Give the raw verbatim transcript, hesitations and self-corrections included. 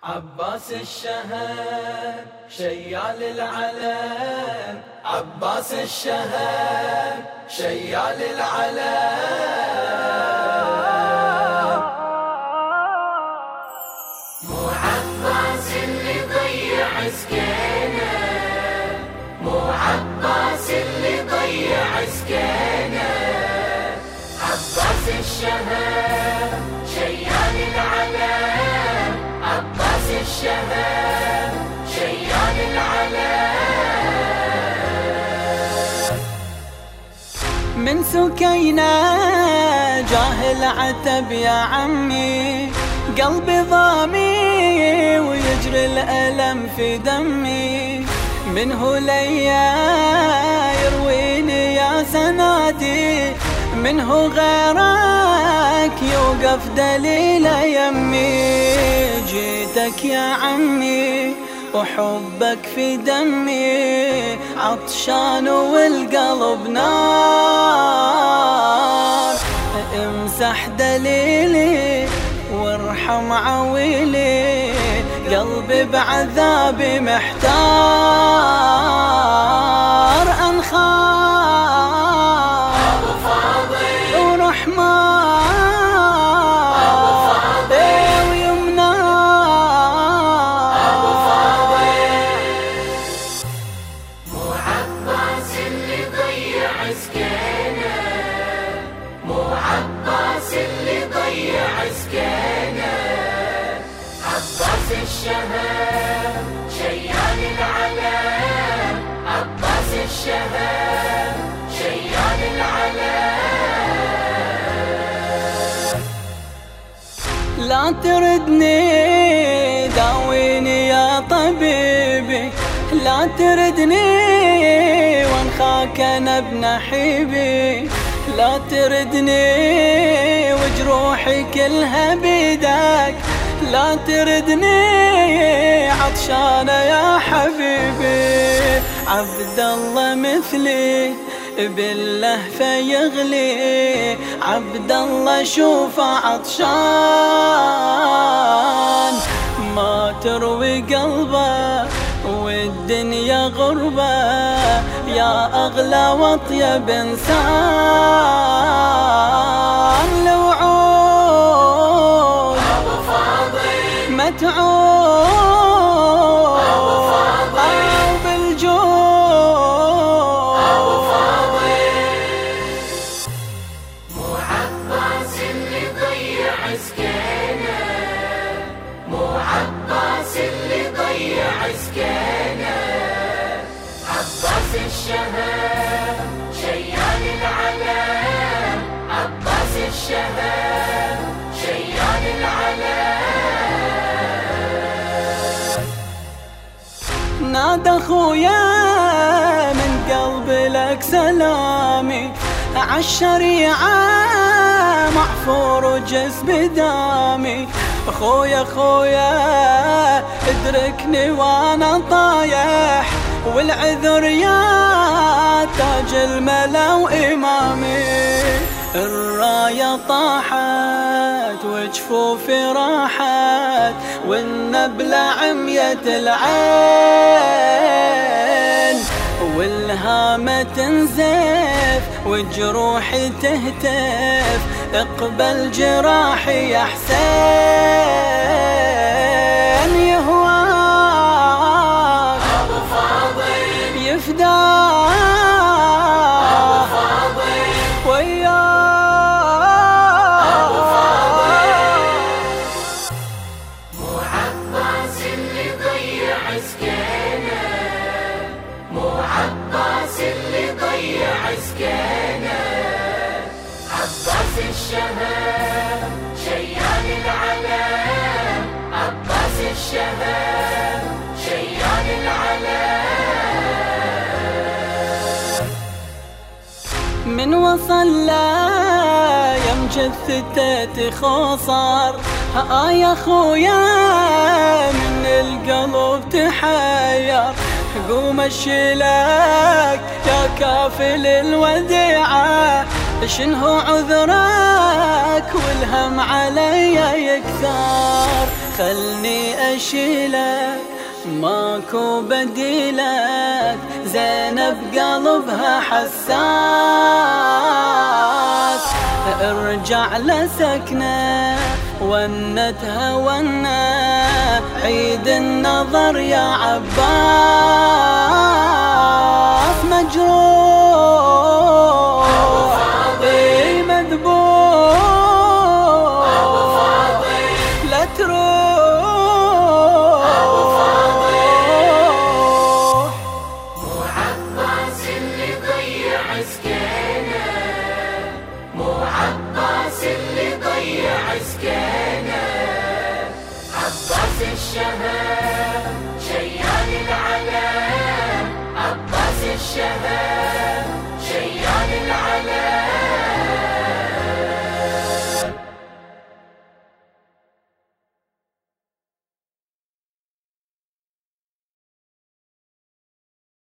عباس الشهر شيال العلم، عباس الشهر شيال العلم. مو عباس اللي ضيع سكينه، مو عباس اللي ضيع سكينه، عباس الشهر شيال العلم، عباس الشهر شيال العلم. من سكينة جاهل عتب يا عمي، قلبي ضامي ويجري الألم في دمي، منه ليا يرويني يا سنادي، منه غيرك يوقف دليل يمي. جيتك يا عمي وحبك في دمي، عطشان والقلب نار، امسح دليلي وارحم عويلي، قلبي بعذابي محتار. انخاف ابو فاضل ورحمن ابو فاضل ويمنى ابو فاضل. مو عباس اللي ضيع سكينه، مو عباس اللي ضيع سكينه، عباس الشهر شيال العلم، عباس الشهر شيال العلم. لا تردني داويني يا طبيبي، لا تردني وانخاك انا بنحيبي، لا تردني وجروحي كلها بيدك، لا تردني عطشانة يا حبيبي. عبد الله مثلي باللهفة يغلي، عبد الله شوف عطشان، ما تروي قلبه والدنيا غربة، يا أغلى وأطيب إنسان. لوعود ابو فاضل متعود ابو فاضل أو بالجود ابو فاضل. مو عباس اللي ضيع سكينه، مو عباس اللي ضيع سكينه، عباس الشهر شيال العلم، عباس الشهر شيال العلم. نادى خويا من قلب لك سلامي، عالشريعة محفور وجسم دامي. خويا خويا ادركني وانا طايح، والعذر يا تاج الملا وإمامي. الراية طاحت وجفوفي راحت، والنبلة عميت العين، والهامة تنزف وجروحي تهتف، اقبل جراحي يا حسين. يهواك ابو فاضل يفداك ابو فاضل وياك ابو فاضل. مو عباس اللي ضيع سكينه، مو عباس اللي ضيع سكينه، عباس الشهر شيال العلم، عباس الشهر شيال العلم. من وصل لا يم جثته تخوصر، ها يا خويا من القلب تحير، قوم اشيلك يا كافل الوديعة، شنو عذرك والهم علي يكثر، خلني أشيلك ماكو بديلك، زينب قلبها حساس، ارجع لسكنه ونتها ونا، عيد النظر يا عباس. مجروح اي مذبوح لا تروح. مو عباس اللي ضيع سكينه، مو عباس اللي ضيع سكينه، عباس الشهر شيال العلم، عباس الشهر